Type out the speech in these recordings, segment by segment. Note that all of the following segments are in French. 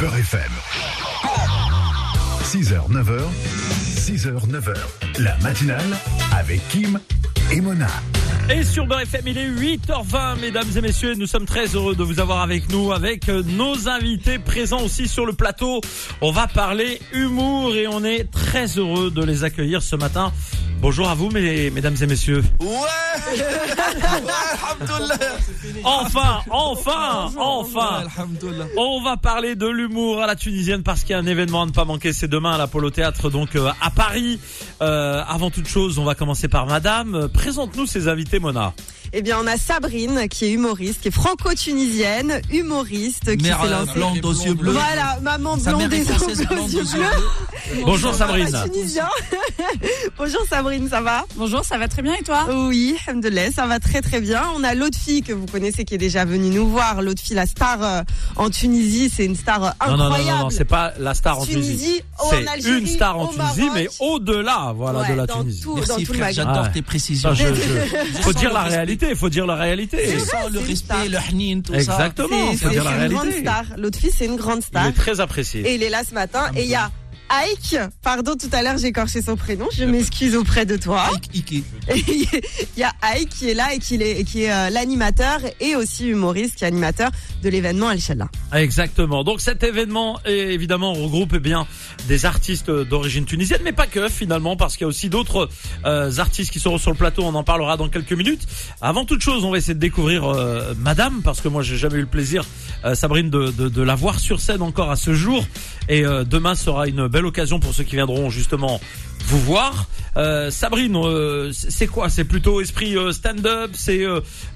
Beurre FM. 6h, 9h, 6h, 9h. La matinale avec Kim et Mona. Et sur Beurre FM, il est 8h20, mesdames et messieurs. Nous sommes très heureux de vous avoir avec nous, avec nos invités présents aussi sur le plateau. On va parler humour et on est très heureux de les accueillir ce matin. Bonjour à vous, mesdames et messieurs. Ouais. Enfin. On va parler de l'humour à la tunisienne parce qu'il y a un événement à ne pas manquer. C'est demain à l'Apollo Théâtre, donc à Paris. Avant toute chose, on va commencer par Madame. Présente-nous ses invités, Mona. Eh bien, on a Sabrine, qui est humoriste, qui est franco-tunisienne, humoriste, qui s'est lancée. Blonde aux yeux bleus. Voilà, maman blonde des aux yeux bleus. Bonjour Sabrine. Tunisien. Bonjour Sabrine, ça va? Bonjour, ça va très bien et toi? Oui, alhamdoulilah, ça va très très bien. On a l'autre fille que vous connaissez qui est déjà venue nous voir. L'autre fille, la star en Tunisie, c'est une star incroyable. Non, c'est pas la star en Tunisie. C'est Algérie, une star en Tunisie, mais au-delà, voilà, de la Tunisie. Merci frère, j'adore tes précisions. Faut dire la réalité. Il faut dire la réalité. Je sens le respect, le hnin, tout ça. Exactement, faut dire la une réalité. grande star. L'autre fille, c'est une grande star. Il est très apprécié. Et il est là ce matin. Et il y a Ike. Pardon, tout à l'heure, j'ai écorché son prénom. Je m'excuse auprès de toi. Ike. Il y a Ike qui est là et qui est l'animateur et aussi humoriste, qui est animateur de l'événement Al-Shala. Exactement. Donc cet événement évidemment regroupe des artistes d'origine tunisienne, mais pas que finalement, parce qu'il y a aussi d'autres artistes qui seront sur le plateau. On en parlera dans quelques minutes. Avant toute chose, on va essayer de découvrir Madame, parce que moi j'ai jamais eu le plaisir, Sabrine, de la voir sur scène encore à ce jour. Et demain sera une belle occasion pour ceux qui viendront justement vous voir. Sabrine, c'est quoi? C'est plutôt esprit stand-up? C'est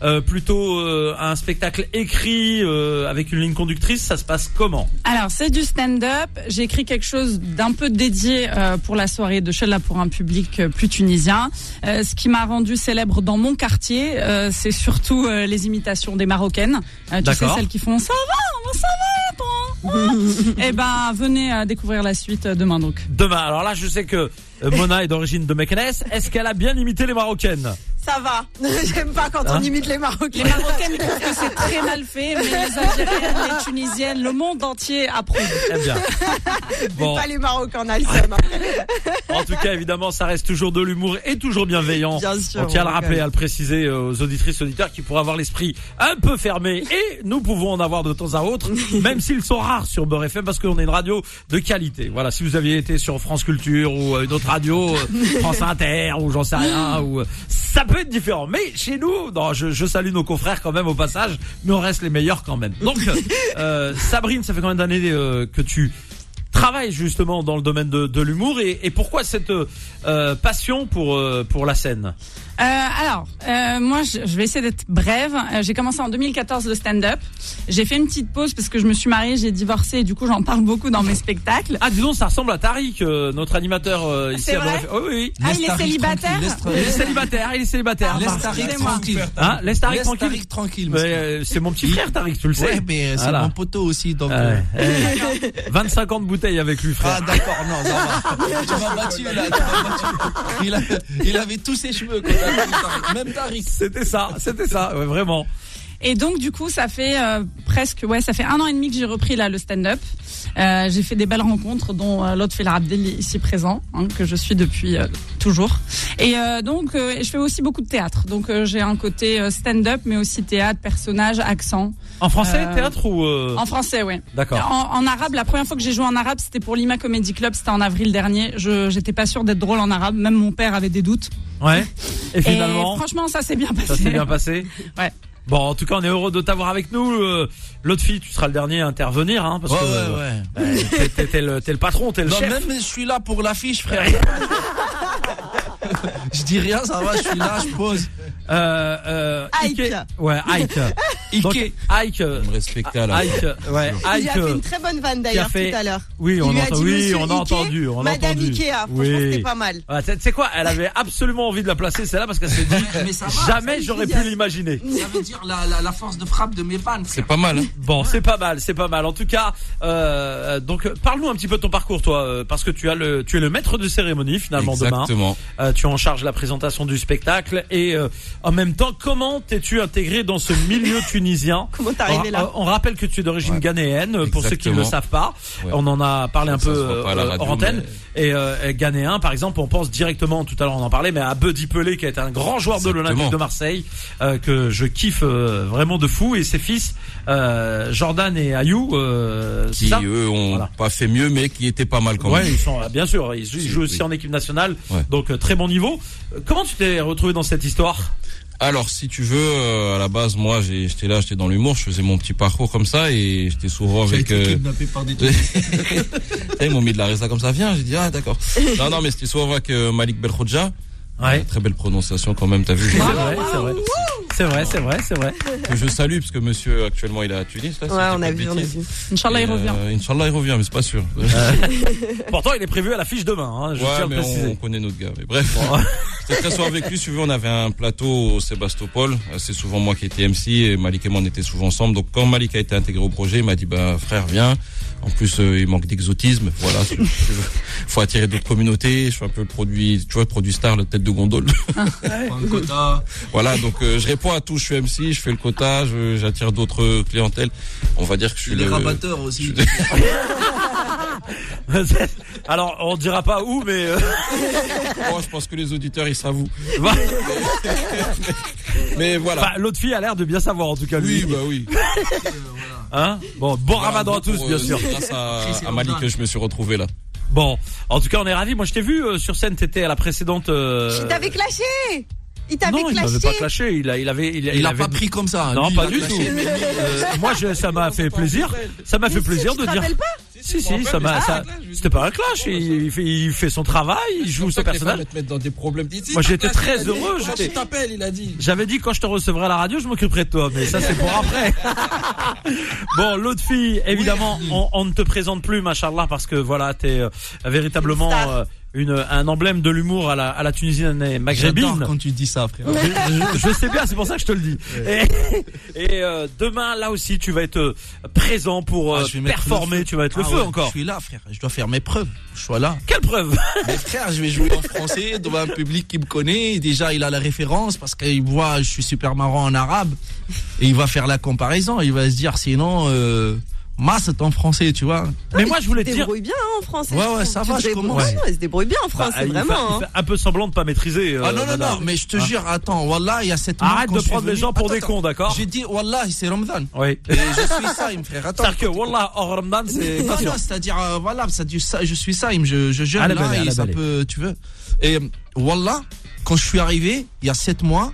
plutôt un spectacle écrit avec une ligne conductrice? Ça se passe comment? Alors, c'est du stand-up. J'ai écrit quelque chose d'un peu dédié pour la soirée de Chella pour un public plus tunisien. Ce qui m'a rendu célèbre dans mon quartier, c'est surtout les imitations des Marocaines. Tu sais, celles qui font « ça va, toi ?» Eh ben, venez découvrir la suite demain donc. Demain. Alors là, je sais que Mona est d'origine de Meknès. Est-ce qu'elle a bien imité les Marocaines? Ça va. J'aime pas quand on imite les Marocains. Les Marocaines trouvent que c'est très mal fait, mais les Algériennes, les Tunisiennes, le monde entier approuve. Eh bien. Bon. Mais pas les Marocains en Algérie. En tout cas, évidemment, ça reste toujours de l'humour et toujours bienveillant. Bien sûr. On tient à le rappeler, à le préciser aux auditrices, auditeurs qui pourraient avoir l'esprit un peu fermé. Et nous pouvons en avoir de temps à autre, même s'ils sont rares sur Beurre FM, parce qu'on est une radio de qualité. Voilà, si vous aviez été sur France Culture ou une autre radio, France Inter ou j'en sais rien, ou ça peut être différent. Mais chez nous, non, je salue nos confrères quand même au passage, mais on reste les meilleurs quand même. Donc, Sabrine, ça fait combien d'années que tu travailles justement dans le domaine de l'humour et pourquoi cette passion pour la scène? Moi, je vais essayer d'être brève. J'ai commencé en 2014 le stand-up. J'ai fait une petite pause parce que je me suis mariée, j'ai divorcé et du coup, j'en parle beaucoup dans mes spectacles. Ah, dis donc, ça ressemble à Tariq, notre animateur ici à Beurre FM. Oh, oui. Ah, il est célibataire? Il est célibataire. Laisse Tariq tranquille. Hein, laisse Tariq tranquille. C'est mon petit frère, Tariq, tu le sais. Ouais, mais c'est mon poteau aussi, donc. 25 ans de bouteille avec lui, frère. Ah, d'accord, non, ça va. Tu m'as battu, là. Il avait tous ses cheveux, quoi. Même Tariq. C'était ça, ouais, vraiment. Et donc du coup ça fait ça fait 1 an et demi que j'ai repris là le stand-up. J'ai fait des belles rencontres dont Lotfi El Abdelli ici présent, que je suis depuis toujours. Et donc je fais aussi beaucoup de théâtre. Donc j'ai un côté stand-up mais aussi théâtre, personnage, accent. En français théâtre ou En français, oui. D'accord. En arabe, la première fois que j'ai joué en arabe, c'était pour l'Ima Comedy Club, c'était en avril dernier. J'étais pas sûre d'être drôle en arabe, même mon père avait des doutes. Ouais. Et finalement, franchement, ça s'est bien passé. Ça s'est bien passé. Ouais. Bon, en tout cas, on est heureux de t'avoir avec nous. L'autre fille, tu seras le dernier à intervenir, parce que t'es le patron, t'es le chef. Non, même je suis là pour l'affiche, frère. Je dis rien, ça va, je suis là, je pose. Ike. Ouais, Ike. Donc, Ike. Me respecter là. Ike. Il a fait une très bonne vanne d'ailleurs tout à l'heure. Oui, on a entendu. Madame Ikea, franchement, c'était pas mal. Tu sais quoi, elle avait absolument envie de la placer celle-là parce qu'elle s'est dit jamais j'aurais pu l'imaginer. Ça veut dire la force de frappe de mes vannes. C'est pas mal. Hein. Bon, c'est pas mal. En tout cas, donc parle-nous un petit peu de ton parcours, toi, parce que tu es le maître de cérémonie finalement. Exactement. Demain. Tu es en charge de la présentation du spectacle et en même temps, comment t'es-tu intégré dans ce milieu tunisien? tunisien. Comment t'es arrivé là? On rappelle que tu es d'origine ghanéenne, pour ceux qui ne le savent pas. Ouais. On en a parlé un peu hors antenne. Mais... Et ghanéen, par exemple, on pense directement, tout à l'heure on en parlait, mais à Buddy Pelé, qui est un grand joueur de l'Olympique de Marseille, que je kiffe vraiment de fou, et ses fils, Jordan et Ayou, qui eux ont pas fait mieux, mais qui étaient pas mal quand même. Ouais, ils sont, bien sûr, ils jouent aussi en équipe nationale, donc très bon niveau. Comment tu t'es retrouvé dans cette histoire? Alors, si tu veux, à la base, moi, j'étais dans l'humour, je faisais mon petit parcours comme ça, et j'étais souvent avec. Kidnappé par des Ils m'ont mis de la resta comme ça, viens, j'ai dit ah d'accord. Non, mais c'était souvent avec Malik Belkhodja. Ouais. Très belle prononciation quand même, t'as vu. C'est vrai. Que je salue parce que monsieur actuellement il est à Tunis. Là, ouais, on a vu. Inch'Allah, il revient. Inch'Allah, il revient, mais c'est pas sûr. Pourtant, il est prévu à l'affiche demain. Hein, je tiens à le préciser. On connaît notre gars. Mais bref, j'étais très souvent avec lui. Si tu veux, on avait un plateau au Sébastopol. C'est souvent moi qui étais MC et Malik et moi on était souvent ensemble. Donc quand Malik a été intégré au projet, il m'a dit frère viens. En plus, il manque d'exotisme. Voilà, faut attirer d'autres communautés. Je fais un peu le produit, tu vois, le produit star, la tête de gondole. Un quota. Voilà, donc je réponds à tout. Je suis MC, je fais le quota, j'attire d'autres clientèles. On va dire que je suis le rabatteur aussi. Alors, on dira pas où, mais je pense que les auditeurs ils savent où. Mais voilà. Bah, l'autre fille a l'air de bien savoir en tout cas. Lui. Oui. Hein? Bon Ramadan à tous, bien sûr. Grâce à Malik que je me suis retrouvé là. Bon, en tout cas, on est ravis. Moi, je t'ai vu sur scène. T'étais à la précédente. Il t'avait clashé. Il t'avait clashé. Non, il m'avait pas clashé. Il a pas pris comme ça. Non, pas du tout. Moi, ça m'a fait plaisir. Ça m'a fait plaisir de dire. Si, ça m'a. C'était pas un clash. Il fait son travail. Il joue son personnage. Dans des problèmes. Moi, j'étais très heureux. Je t'appelle, il a dit. J'avais dit quand je te recevrai à la radio, je m'occuperai de toi. Mais ça, c'est pour après. Bon, l'autre fille, évidemment, on ne te présente plus, machallah, parce que voilà, t'es véritablement un emblème de l'humour à la tunisienne et maghrébine. J'adore quand tu dis ça, frère. Je sais bien, c'est pour ça que je te le dis. Et demain, là aussi, tu vas être présent pour performer. Tu vas être le feu encore. Je suis là, frère. Je dois faire mes preuves. Je suis là. Quelle preuve? Mais frère, je vais jouer en français devant un public qui me connaît. Déjà, il a la référence parce qu'il voit, je suis super marrant en arabe. Et il va faire la comparaison. Il va se dire, sinon, c'est en français, tu vois. Mais moi, je voulais te dire. Il se débrouille bien en français. Ouais, ça va, je commence. Il se débrouille bien en français, vraiment. Il fait un peu semblant de pas maîtriser. Non, mais je te jure, attends, wallah, il y a cette mois. Arrête de prendre les gens pour des cons, d'accord? J'ai dit, wallah, c'est Ramadan. Oui. Et je suis saïm, frère. Attends. C'est-à-dire que, wallah, hors Ramadan, c'est pas sûr. Non, c'est-à-dire, voilà, je suis saïm, je jeûne là, et ça peut, tu veux. Et, wallah, quand je suis arrivé, il y a 7 mois,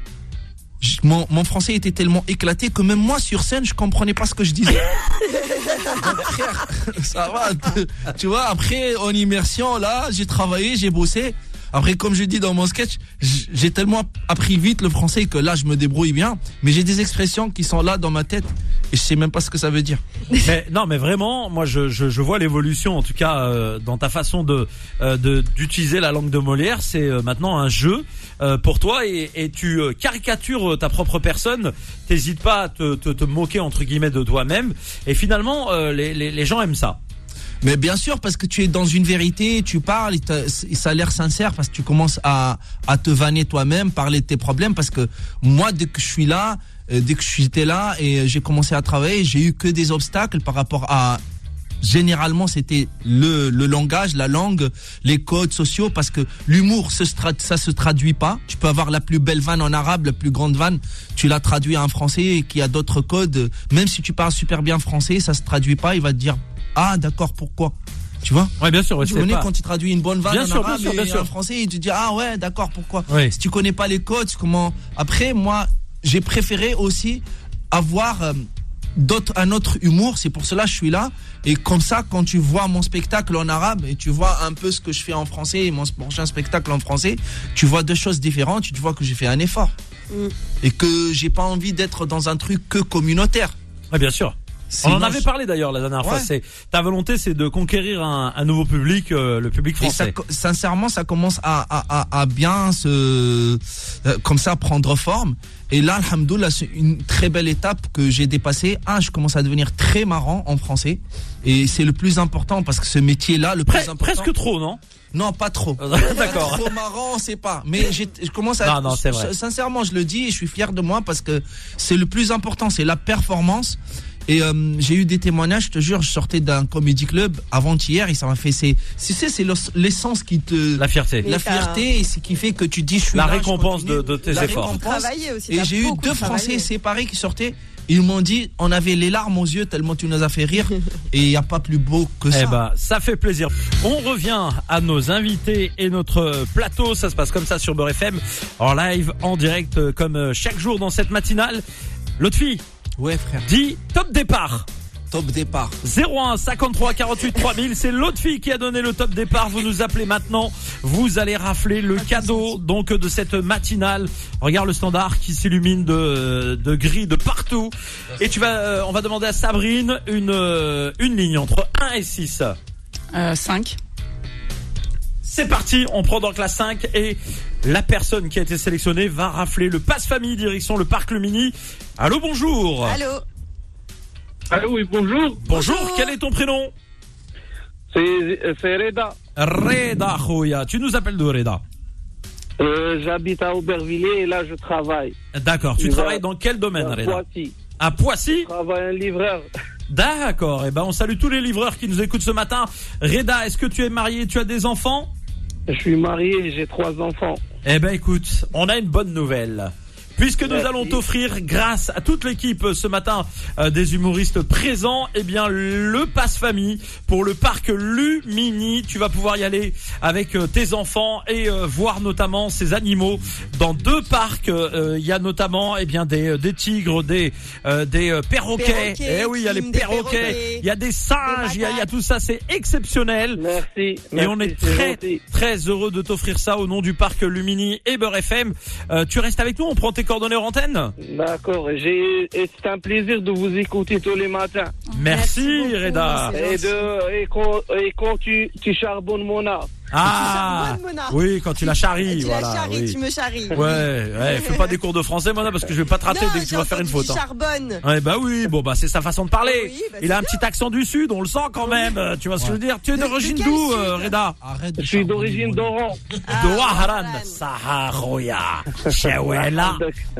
mon français était tellement éclaté que même moi sur scène je comprenais pas ce que je disais. Donc, frère, ça va, tu vois, après en immersion là, j'ai travaillé, j'ai bossé. Après, comme je dis dans mon sketch, j'ai tellement appris vite le français que là je me débrouille bien, mais j'ai des expressions qui sont là dans ma tête et je sais même pas ce que ça veut dire. Mais vraiment, moi je vois l'évolution en tout cas dans ta façon d'utiliser la langue de Molière. C'est maintenant un jeu pour toi et tu caricatures ta propre personne. T'hésites pas à te moquer entre guillemets de toi-même et finalement les gens aiment ça. Mais bien sûr, parce que tu es dans une vérité, tu parles, et ça a l'air sincère parce que tu commences à te vanner toi-même, parler de tes problèmes. Parce que moi, dès que je suis là, dès que j'étais là et j'ai commencé à travailler, j'ai eu que des obstacles par rapport à... Généralement, c'était le langage, la langue, les codes sociaux, parce que l'humour, ça se traduit pas. Tu peux avoir la plus belle vanne en arabe, la plus grande vanne, tu la traduis en français qui a d'autres codes. Même si tu parles super bien français, ça se traduit pas. Il va te dire ah d'accord, pourquoi, tu vois. Ouais, bien sûr. Tu connais quand tu traduis une bonne vanne en arabe et en français, il te dit ah ouais d'accord, pourquoi. Si tu connais pas les codes, comment. Après, moi, j'ai préféré aussi avoir un autre humour. C'est pour cela que je suis là. Et comme ça, quand tu vois mon spectacle en arabe et tu vois un peu ce que je fais en français et mon prochain spectacle en français, tu vois deux choses différentes. Tu vois que j'ai fait un effort et que j'ai pas envie d'être dans un truc que communautaire. Ouais, bien sûr. On en avait parlé d'ailleurs la dernière fois. C'est ta volonté, c'est de conquérir un nouveau public, le public français. Et ça, sincèrement, ça commence à bien comme ça prendre forme. Et là, alhamdoulilah, c'est une très belle étape que j'ai dépassée. Je commence à devenir très marrant en français. Et c'est le plus important parce que ce métier-là, le plus important. Presque trop, non? Non, pas trop. D'accord. Pas trop marrant, c'est pas. Mais je commence à. Non, c'est vrai. Sincèrement, je le dis et je suis fier de moi parce que c'est le plus important, c'est la performance. Et j'ai eu des témoignages, je te jure, je sortais d'un comedy club avant-hier et ça m'a fait c'est l'essence qui te la fierté et ce qui fait que tu dis je suis la là, récompense de tes efforts. Et j'ai eu 2 Français séparés qui sortaient. Ils m'ont dit, on avait les larmes aux yeux tellement tu nous as fait rire et il n'y a pas plus beau que ça. Eh ben, ça fait plaisir. On revient à nos invités et notre plateau. Ça se passe comme ça sur Beurre FM, en live, en direct, comme chaque jour dans cette matinale. L'autre fille. Ouais, frère. Dit top départ. Top départ. 01 53 48 3000, c'est l'autre fille qui a donné le top départ. Vous nous appelez maintenant, vous allez rafler le cadeau donc de cette matinale. Regarde le standard qui s'illumine de gris de partout. Et on va demander à Sabrine une ligne entre 1 et 6. 5. C'est parti, on prend donc la 5 et la personne qui a été sélectionnée va rafler le passe-famille direction le parc Lumini. Allô, bonjour. Allô, oui, bonjour. Bonjour, quel est ton prénom? C'est Reda. Reda, Khouya. Tu nous appelles d'où, Reda? J'habite à Aubervilliers et là je travaille. D'accord, tu travailles dans quel domaine, Reda? Poissy. À Poissy? Je travaille un livreur. D'accord, on salue tous les livreurs qui nous écoutent ce matin. Reda, est-ce que tu es marié, tu as des enfants? Je suis marié et j'ai 3 enfants. Écoute, on a une bonne nouvelle. Puisque nous allons t'offrir, grâce à toute l'équipe ce matin des humoristes présents, le pass famille pour le parc Lumini. Tu vas pouvoir y aller avec tes enfants et voir notamment ces animaux dans 2 parcs. Il y a notamment des tigres, des perroquets. Oui, il y a les perroquets. Il y a des singes. Il y a tout ça. C'est exceptionnel. Merci. Et on est très heureux de t'offrir ça au nom du parc Lumini et Beurre FM. Tu restes avec nous. On prend tes coordonnées en antenne. D'accord, et c'est un plaisir de vous écouter tous les matins. Merci Reda. Et quand tu charbonnes mon art. Oui, quand tu la charries, tu voilà. La charries, oui. Tu me charries. Ouais, fais pas des cours de français, Mona, parce que je vais pas te rater dès que tu vas faire une faute. Tu charbonnes. Oui, c'est sa façon de parler. Oui, il a un petit accent du sud, on le sent quand même. Tu vois ce que je veux dire? Tu es d'origine d'où, Reda? Je suis d'origine d'Oran. D'Oran, Saharoya, Chewela.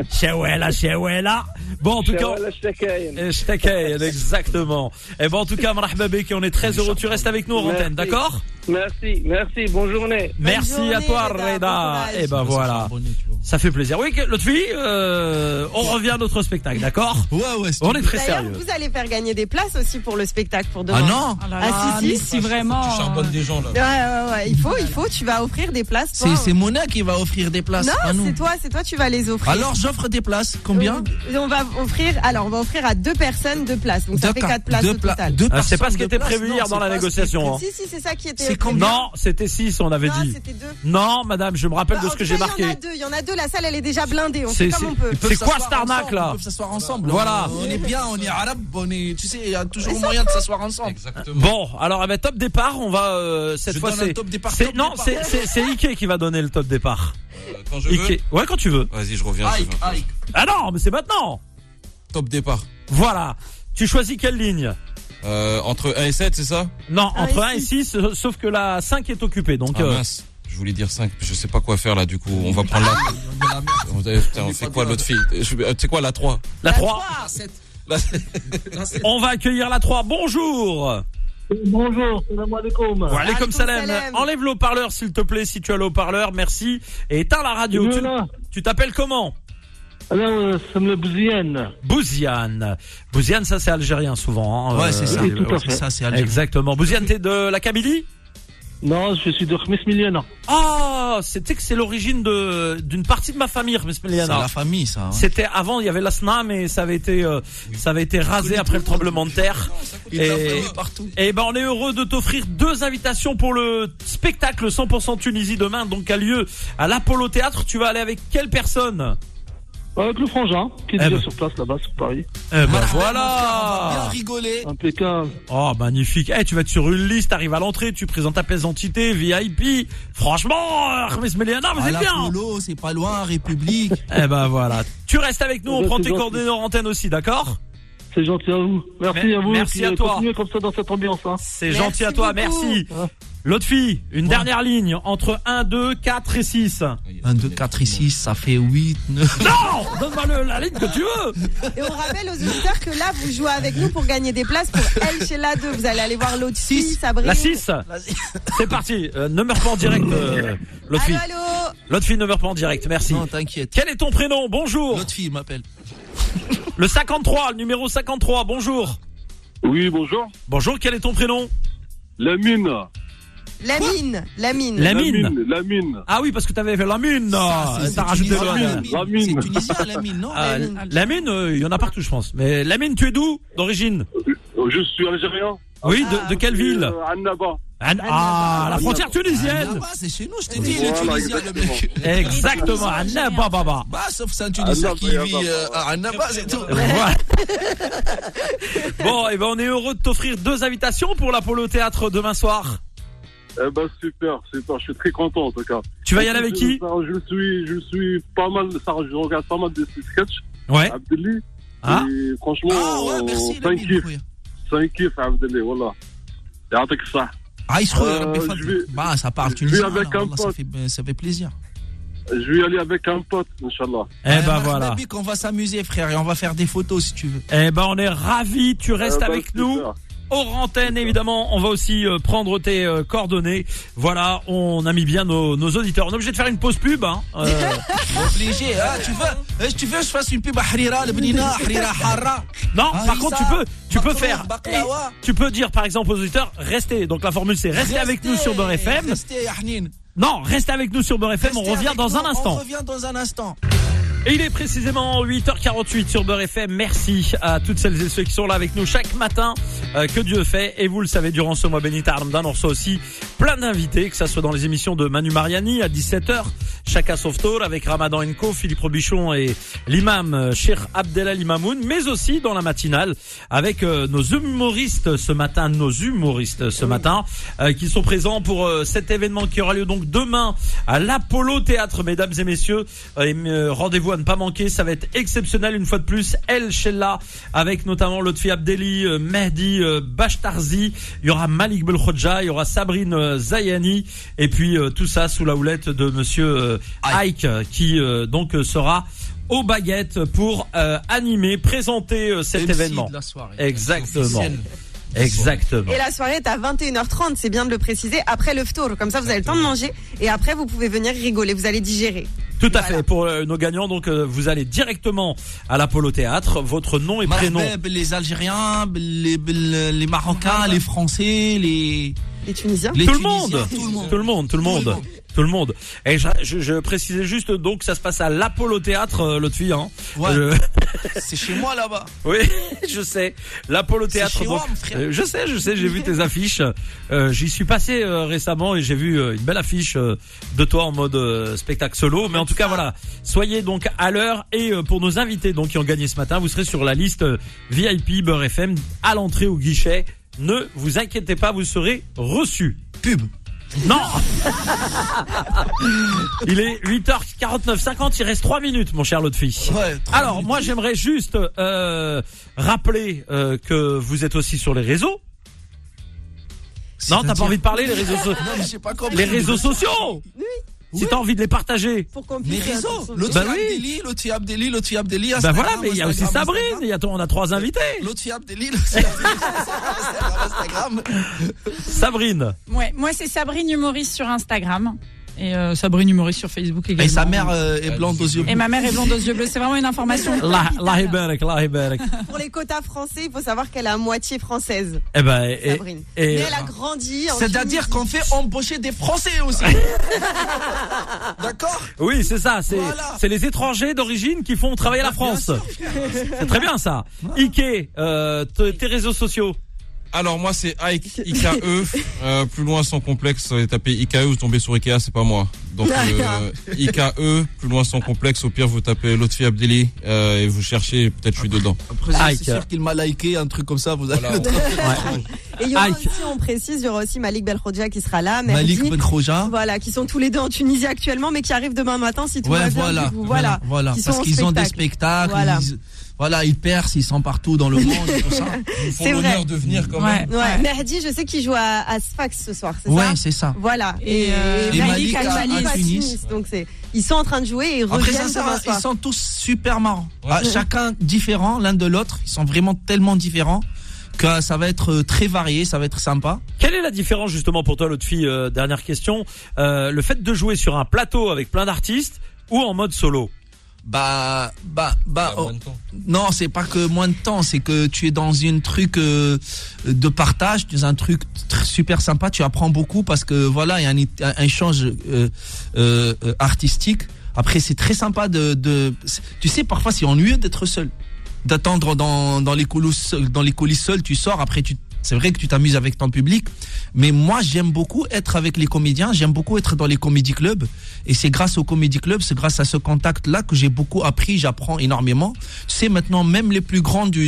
Bon, en tout cas, Shtakayen, exactement. En tout cas, marhaba bik, on est très heureux. Tu restes avec nous en antenne, d'accord? Merci, bonne journée. Merci à toi, Reda. Voilà. Ça fait plaisir. Oui, l'autre fille, on revient à notre spectacle, d'accord? Ouais. On est très sérieux. Vous allez faire gagner des places aussi pour le spectacle pour demain. Ah non? Si vraiment. Tu charbonnes des gens là. Ouais. Il faut. Tu vas offrir des places. C'est Mona qui va offrir des places. Non, c'est toi. Tu vas les offrir. Alors j'offre des places. Combien? On va offrir à 2 personnes 2 places. Donc ça fait 4 places au total. C'est pas ce qui était prévu hier dans la négociation. Si, c'est ça qui était. C'est combien? Non, c'était 6, on avait dit. C'était 2. Non, madame, je me rappelle de ce que j'ai marqué. Il y en a 2, la salle elle est déjà blindée. On fait comme on peut. C'est quoi cette arnaque là? Ils peuvent s'asseoir ensemble. Voilà. On est bien, on est arabe, tu sais, il y a toujours moyen de s'asseoir ensemble. Exactement. Bon, alors top départ, on va cette fois c'est top départ. C'est Ike qui va donner le top départ. Quand je veux. Ouais, quand tu veux. Vas-y, je reviens. Ah non, mais c'est maintenant. Top départ. Voilà. Tu choisis quelle ligne? Entre 1 et 7, c'est ça? Non, entre 1 et 6, sauf que la 5 est occupée. Donc mince. Je voulais dire 5, je sais pas quoi faire là du coup. On va prendre on fait quoi l'autre fille? C'est quoi la 3? La 3. La 7. On va accueillir la 3. Bonjour. Bonjour, salam alaikum. Wa alaikum salam. Enlève le haut-parleur s'il te plaît si tu as le haut-parleur, merci. Et éteins la radio. Tu t'appelles comment? Alors, c'est le Bouziane. Bouziane, ça c'est algérien souvent. Ouais, c'est ça. Tout à fait. C'est ça, c'est algérien. Exactement. Bouziane, t'es de la Kabylie? Non, je suis de Khmis Miliana. C'était que c'est l'origine d'une partie de ma famille, Khmis Miliana. C'est la famille, ça. Hein. C'était avant, il y avait l'Asna, mais ça avait été rasé après le tremblement de terre. Et on est heureux de t'offrir 2 invitations pour le spectacle 100% Tunisie demain, donc a lieu à l'Apollo Théâtre. Tu vas aller avec quelle personne? Avec le frangin, qui est Eh déjà ben. sur place là-bas, sur Paris. Eh ben On va bien voilà. rigoler. Impeccable. Oh, magnifique. Eh, tu vas être sur une liste, t'arrives à l'entrée, tu présentes ta pièce d'identité, VIP. Franchement, Hermès Méliana, vous À êtes la bien. Polo, c'est pas loin, République. Eh ben voilà. Tu restes avec nous, on Ouais, prend c'est tes gentil. coordonnées en antenne aussi, d'accord? C'est gentil à vous. Merci à vous. Merci Puis, à toi. Continuez comme ça dans cette ambiance. Hein. C'est Merci gentil à toi, beaucoup. merci. Ouais. L'autre fille, une dernière ligne entre 1, 2, 4 et 6. 1, 2, 4 et 6, ça fait 8, 9. Non! Donne-moi la ligne que tu veux! Et on rappelle aux auditeurs que là, vous jouez avec nous pour gagner des places pour Elle chez la 2. Vous allez aller voir l'autre fille, Six. Sabrine. La 6, c'est parti. Ne meurs pas en direct, l'autre fille. Allô, allô. L'autre fille ne meurt pas en direct, merci. Non, t'inquiète. Quel est ton prénom? Bonjour. L'autre fille m'appelle. Le 53, le numéro 53, bonjour. Oui, bonjour. Bonjour, quel est ton prénom? Lamine. Lamine, Lamine. Lamine. Lamine. Ah oui, parce que t'avais fait Lamine. C'est T'as rajouté le tunisien, N. Lamine. C'est tunisien, Lamine, non? Lamine, il y en a partout, je pense. Mais Lamine, tu es d'où d'origine? Je suis algérien. Oui, de quelle ville? Annaba. La frontière tunisienne. Ah, bah, c'est chez nous, je t'ai dit, il est Voilà, tunisien, le exactement. mec. Exactement, Annaba Baba. Bah, sauf c'est un Tunisien Annaba, qui vit Annaba. à Annaba, c'est tout. Voilà. Bon, et ben on est heureux de t'offrir 2 invitations pour l'Apollo Théâtre demain soir. Eh ben super, super. Je suis très content en tout cas. Tu vas y aller avec qui? Je suis pas mal. Je regarde pas mal de sketchs. Ouais. Abdelli. Ah. Et franchement, Ah ouais, merci, c'est un Lamine. kiff. خويا. C'est un kiff, Abdelli. Voilà. يعطيك الصحة. عايش خويا ربي je يفضلك. vais- Bah, ça parle je vais tunisien, avec là, un wallah, pote. ça fait plaisir. Je vais y aller avec un pote, Inch'Allah. Eh ben voilà. Marhaba bik, on va s'amuser, frère, et on va faire des photos si tu veux. Eh ben on est ravis, tu restes Eh ben, avec super. nous. Hors antenne, évidemment, on va aussi prendre tes coordonnées. Voilà, on a mis bien nos auditeurs. On est obligé de faire une pause pub. Hein. Obligé, hein, tu veux que je fasse une pub à Harira, le Benina, Harira Harra. Non, Ah, par oui, contre, ça. tu peux Macron, faire. baklawa. Tu peux dire, par exemple, aux auditeurs, restez. Donc la formule, c'est restez avec nous sur Beurre FM. Restez, Yahnine. Non, restez avec nous sur Beurre FM. On Restez revient avec dans nous, un instant. On revient dans un instant. Et il est précisément 8h48 sur Beurre FM. Merci à toutes celles et ceux qui sont là avec nous chaque matin, que Dieu fait. Et vous le savez, durant ce mois béni Ramadan, on reçoit aussi plein d'invités, que ça soit dans les émissions de Manu Mariani à 17h, Chaka Softor avec Ramadan Co, Philippe Robichon et l'imam Cheikh Abdelal Imamoun, mais aussi dans la matinale avec nos humoristes ce matin, qui sont présents pour cet événement qui aura lieu donc demain à l'Apollo Théâtre, mesdames et messieurs. Rendez-vous à ne pas manquer, ça va être exceptionnel une fois de plus. El Shella avec notamment Lotfi Abdelli, Mehdi Bashtarzi, il y aura Malik Belkhodja, il y aura Sabrine Zayani et puis tout ça sous la houlette de monsieur Ike qui donc sera aux baguettes pour animer, présenter cet MC événement. de la soirée. Exactement. Officiel. Exactement. Et la soirée est à 21h30, c'est bien de le préciser, après le ftour. Comme ça, vous avez le temps de manger et après, vous pouvez venir rigoler, vous allez digérer. Tout à Voilà. fait. Pour nos gagnants, donc vous allez directement à l'Apollo Théâtre, votre nom et prénom. Marhaba, les Algériens, les Marocains, les Français, les Tunisiens. les Tout le Tunisiens, monde. tout le monde. Tout le monde, tout le monde. Tout le monde. Et je précisais juste donc ça se passe à l'Apollo Théâtre, l'autre fille. Hein. Ouais. C'est chez moi là-bas. Oui, je sais. L'Apollo C'est Théâtre. chez Donc, moi, mon frère. je sais, j'ai vu tes affiches. J'y suis passé récemment et j'ai vu une belle affiche de toi en mode spectacle solo. Mais en tout cas, voilà. Soyez donc à l'heure et pour nos invités donc qui ont gagné ce matin, vous serez sur la liste VIP Beurre FM à l'entrée au guichet. Ne vous inquiétez pas, vous serez reçus. Pub. Non. Il est 8h49, 50, il reste 3 minutes, mon cher Lotfi. Ouais, 3 Alors, minutes. moi, j'aimerais juste rappeler que vous êtes aussi sur les réseaux. Non, t'as pas envie de parler, les réseaux sociaux. Non, mais j'ai pas compris. Les réseaux sociaux. Si t'as envie de les partager. Pour qu'on Les puisse réseaux. l'autre. Bah oui. Lotfi Abdelli. Ben Instagram, voilà, mais il y a aussi Instagram, Sabrine. Instagram. On a 3 invités. Lotfi Abdelli, Instagram. Sabrine. Ouais, moi c'est Sabrine humoriste sur Instagram et Sabrine humoriste sur Facebook également. Et sa mère est blonde aux yeux Et ma mère est blonde aux yeux bleus. C'est vraiment une information. Allah Ibarak, Allah Ibarak. Pour les quotas français, il faut savoir qu'elle est à moitié française, Eh ben, Sabrine. et- Mais elle a grandi en C'est-à-dire qu'on fait embaucher des Français aussi. D'accord? oui, c'est ça. Voilà. C'est les étrangers d'origine qui font travailler la Bien France. sûr. C'est très bien ça. Ike, tes réseaux sociaux. Alors moi c'est Ike, IKE, plus loin sans complexe, tapez IKE, vous tombez sur Ikea, c'est pas moi. Donc IKE, plus loin sans complexe, au pire vous tapez Lotfi Abdelli et vous cherchez, peut-être je suis dedans. Après, c'est sûr qu'il m'a liké, un truc comme ça, vous allez Voilà. Et il y aura aussi, on précise, il y aura aussi Malik Belkhodja qui sera là. Malik Belkhodja. Voilà, qui sont tous les deux en Tunisie actuellement, mais qui arrivent demain matin si tout va bien. Voilà. Parce qu'ils ont des spectacles. Voilà, ils percent, ils sont partout dans le monde et tout ça. Ils font l'honneur de venir quand même. Ouais. Mehdi, je sais qu'il joue à Sfax ce soir, c'est ça? Ouais, c'est ça. Voilà. Et Malik à Tunis. Donc ils sont en train de jouer et ils reviennent demain soir. Ils sont tous super marrants. Chacun différent l'un de l'autre. Ils sont vraiment tellement différents que ça va être très varié, ça va être sympa. Quelle est la différence justement pour toi, l'autre fille, dernière question, le fait de jouer sur un plateau avec plein d'artistes ou en mode solo? Non, c'est pas que moins de temps, c'est que tu es dans une truc de partage, tu es un truc super sympa, tu apprends beaucoup parce que voilà, il y a un échange artistique. Après, c'est très sympa tu sais, parfois c'est ennuyeux d'être seul, d'attendre dans les coulisses seul, tu sors, après c'est vrai que tu t'amuses avec ton public, mais moi j'aime beaucoup être avec les comédiens, j'aime beaucoup être dans les comédie clubs, et c'est grâce aux comédie clubs, c'est grâce à ce contact-là que j'ai beaucoup appris, j'apprends énormément. Tu sais, maintenant même les plus grands du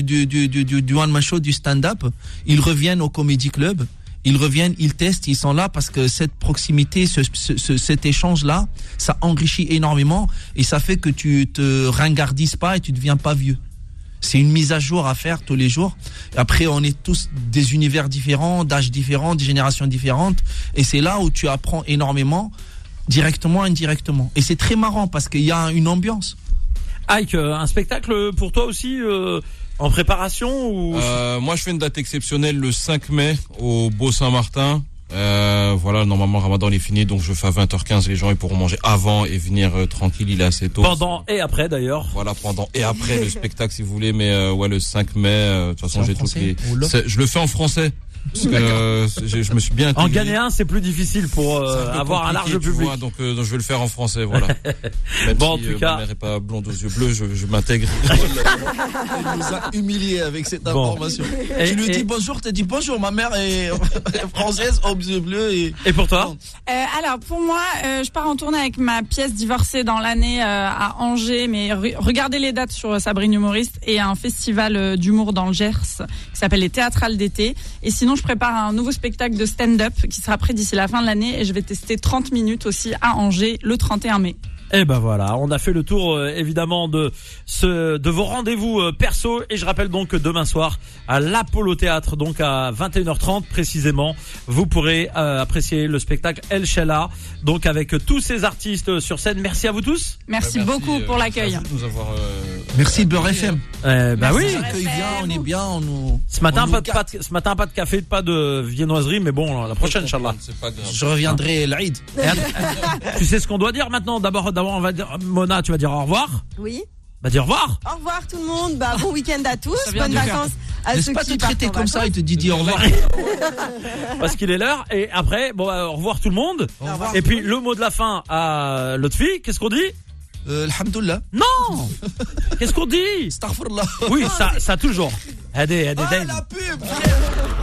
one man show, du stand-up, ils reviennent au comédie club, ils reviennent, ils testent, ils sont là parce que cette proximité, cet échange-là, ça enrichit énormément et ça fait que tu te ringardises pas et tu deviens pas vieux. C'est une mise à jour à faire tous les jours. Après, on est tous des univers différents, d'âges différents, des générations différentes. Et c'est là où tu apprends énormément, directement, indirectement. Et c'est très marrant parce qu'il y a une ambiance. Ike, un spectacle pour toi aussi en préparation ou... Moi, je fais une date exceptionnelle le 5 mai au Beau Saint-Martin. Voilà, normalement Ramadan est fini, donc je fais à 20h15, les gens ils pourront manger avant et venir tranquille, il est assez tôt. Pendant et après d'ailleurs. Voilà, pendant et après le spectacle si vous voulez, mais ouais, le 5 mai, de toute façon j'ai toutes les... Je le fais en français. Parce que je me suis bien intégré. En gagnéen, c'est plus difficile pour avoir un large public. Vois, donc je vais le faire en français, voilà. Même bon, si en tout cas, ma mère est pas blonde aux yeux bleus, je m'intègre. Elle nous a humiliés avec cette information. Tu lui dis bonjour, tu dis bonjour, ma mère est française aux yeux bleus et pour toi? Alors pour moi, je pars en tournée avec ma pièce Divorcée dans l'année à Angers, mais regardez les dates sur Sabrine Humoriste, et un festival d'humour dans le Gers qui s'appelle les Théâtrales d'été. Et sinon, je prépare un nouveau spectacle de stand-up qui sera prêt d'ici la fin de l'année, et je vais tester 30 minutes aussi à Angers le 31 mai. Et ben voilà, on a fait le tour évidemment de vos rendez-vous perso, et je rappelle donc que demain soir à l'Apollo Théâtre, donc à 21h30 précisément, vous pourrez apprécier le spectacle El Chella, donc avec tous ces artistes sur scène. Merci à vous tous. Merci beaucoup pour l'accueil. Merci Beurre FM. Bah oui. On accueille bien, on est bien, on nous. Ce matin pas de café, pas de viennoiserie, mais bon, la prochaine, Inch'Allah. Je reviendrai l'Aïd. Tu sais ce qu'on doit dire maintenant? D'abord, on va dire, Mona, tu vas dire au revoir. Oui. Bah, dis au revoir. Au revoir tout le monde. Bah, bon week-end à tous. Bonnes vacances à ceux qui partent. Laisse pas te traiter comme ça, il te dit au revoir. Parce qu'il est l'heure. Et après, bon, au revoir tout le monde. Au revoir. Et puis, le mot de la fin à l'autre fille, qu'est-ce qu'on dit? Alhamdoulilah. Non. Qu'est-ce qu'on dit? Astaghfirullah. Oui, ça toujours. Allez, la pub, frère.